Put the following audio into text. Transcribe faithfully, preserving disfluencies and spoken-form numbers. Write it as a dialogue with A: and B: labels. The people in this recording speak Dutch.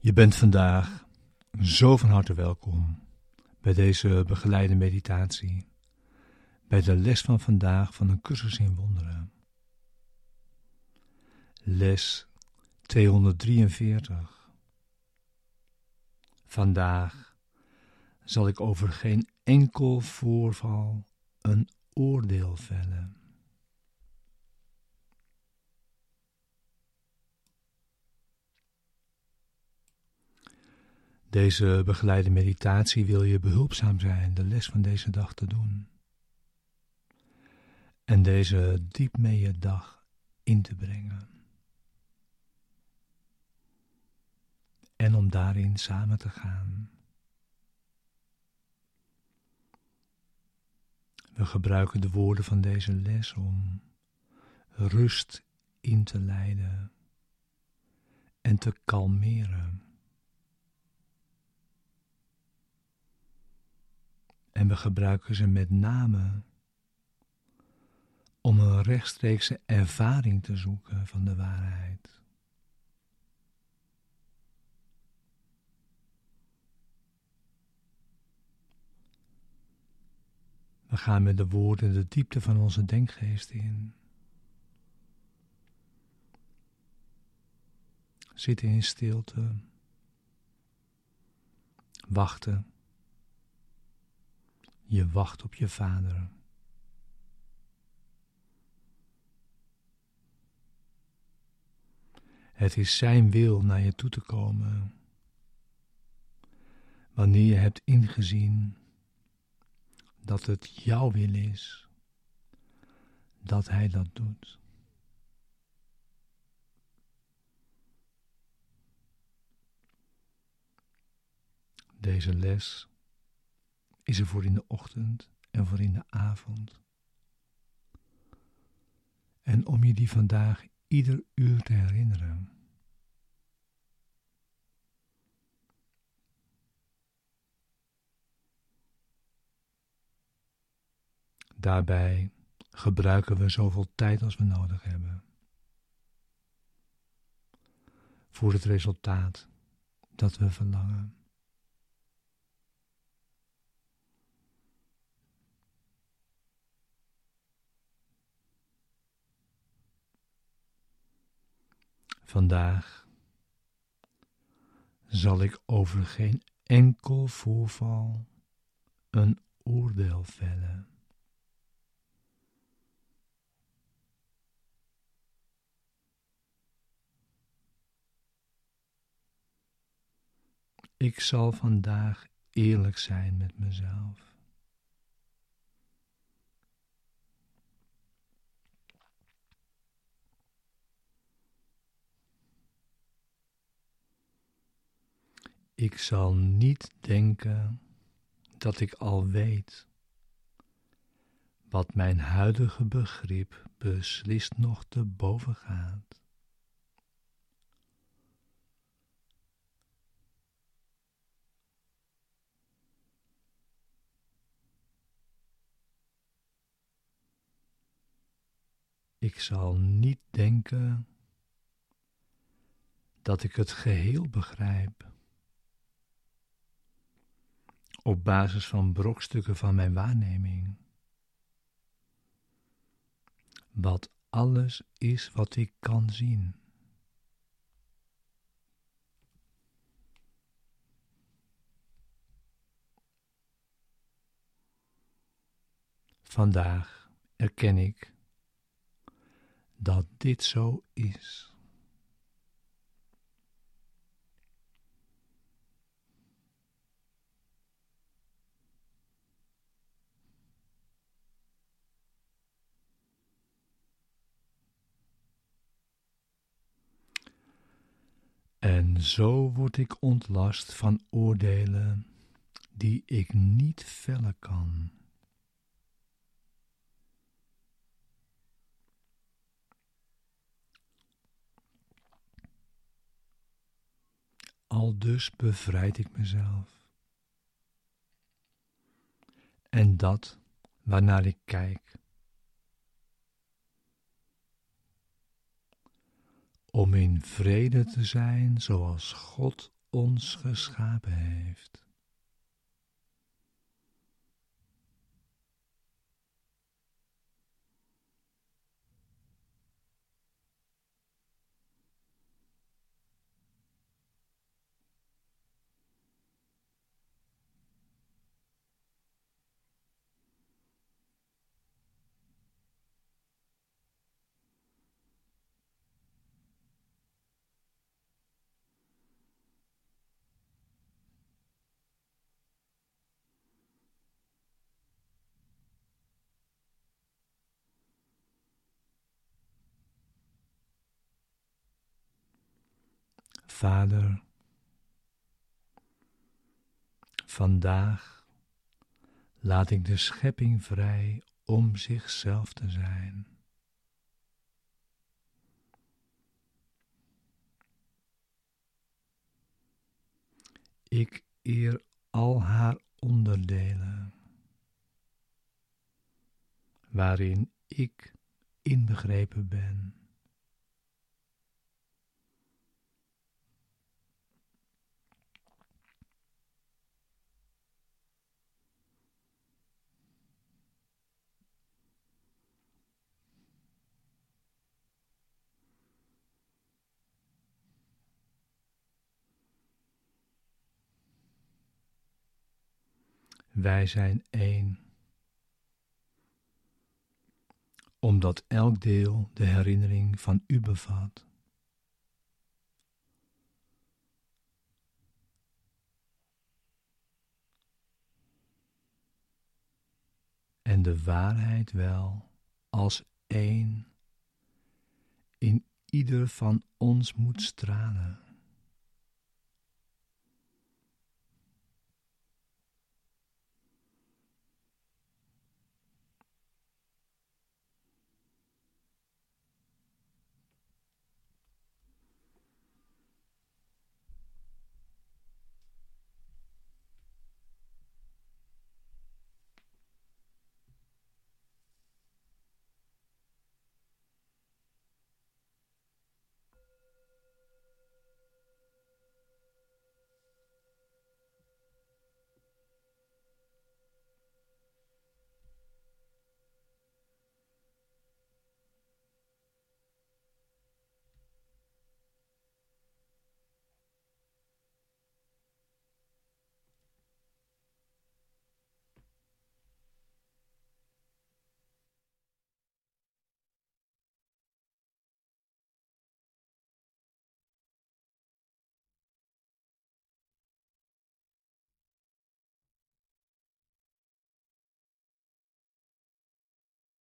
A: Je bent vandaag zo van harte welkom bij deze begeleide meditatie, bij de les van vandaag van een cursus in wonderen. Les tweehonderddrieënveertig. Vandaag zal ik over geen enkel voorval een oordeel vellen. Deze begeleide meditatie wil je behulpzaam zijn de les van deze dag te doen. En deze diep mee je dag in te brengen. En om daarin samen te gaan. We gebruiken de woorden van deze les om rust in te leiden en te kalmeren. En we gebruiken ze met name om een rechtstreekse ervaring te zoeken van de waarheid. We gaan met de woorden de diepte van onze denkgeest in. Zitten in stilte. Wachten. Je wacht op je Vader. Het is zijn wil naar je toe te komen. Wanneer je hebt ingezien dat het jouw wil is, dat hij dat doet. Deze les is er voor in de ochtend en voor in de avond. En om je die vandaag ieder uur te herinneren. Daarbij gebruiken we zoveel tijd als we nodig hebben. Voor het resultaat dat we verlangen. Vandaag zal ik over geen enkel voorval een oordeel vellen. Ik zal vandaag eerlijk zijn met mezelf. Ik zal niet denken dat ik al weet wat mijn huidige begrip beslist nog te boven gaat. Ik zal niet denken dat ik het geheel begrijp. Op basis van brokstukken van mijn waarneming. Wat alles is wat ik kan zien. Vandaag erken ik dat dit zo is. En zo word ik ontlast van oordelen die ik niet vellen kan. Aldus bevrijd ik mezelf. En dat waarnaar ik kijk, om in vrede te zijn zoals God ons geschapen heeft. Vader, vandaag laat ik de schepping vrij om zichzelf te zijn. Ik eer al haar onderdelen, waarin ik inbegrepen ben. Wij zijn één, omdat elk deel de herinnering van u bevat. En de waarheid wel als één in ieder van ons moet stralen.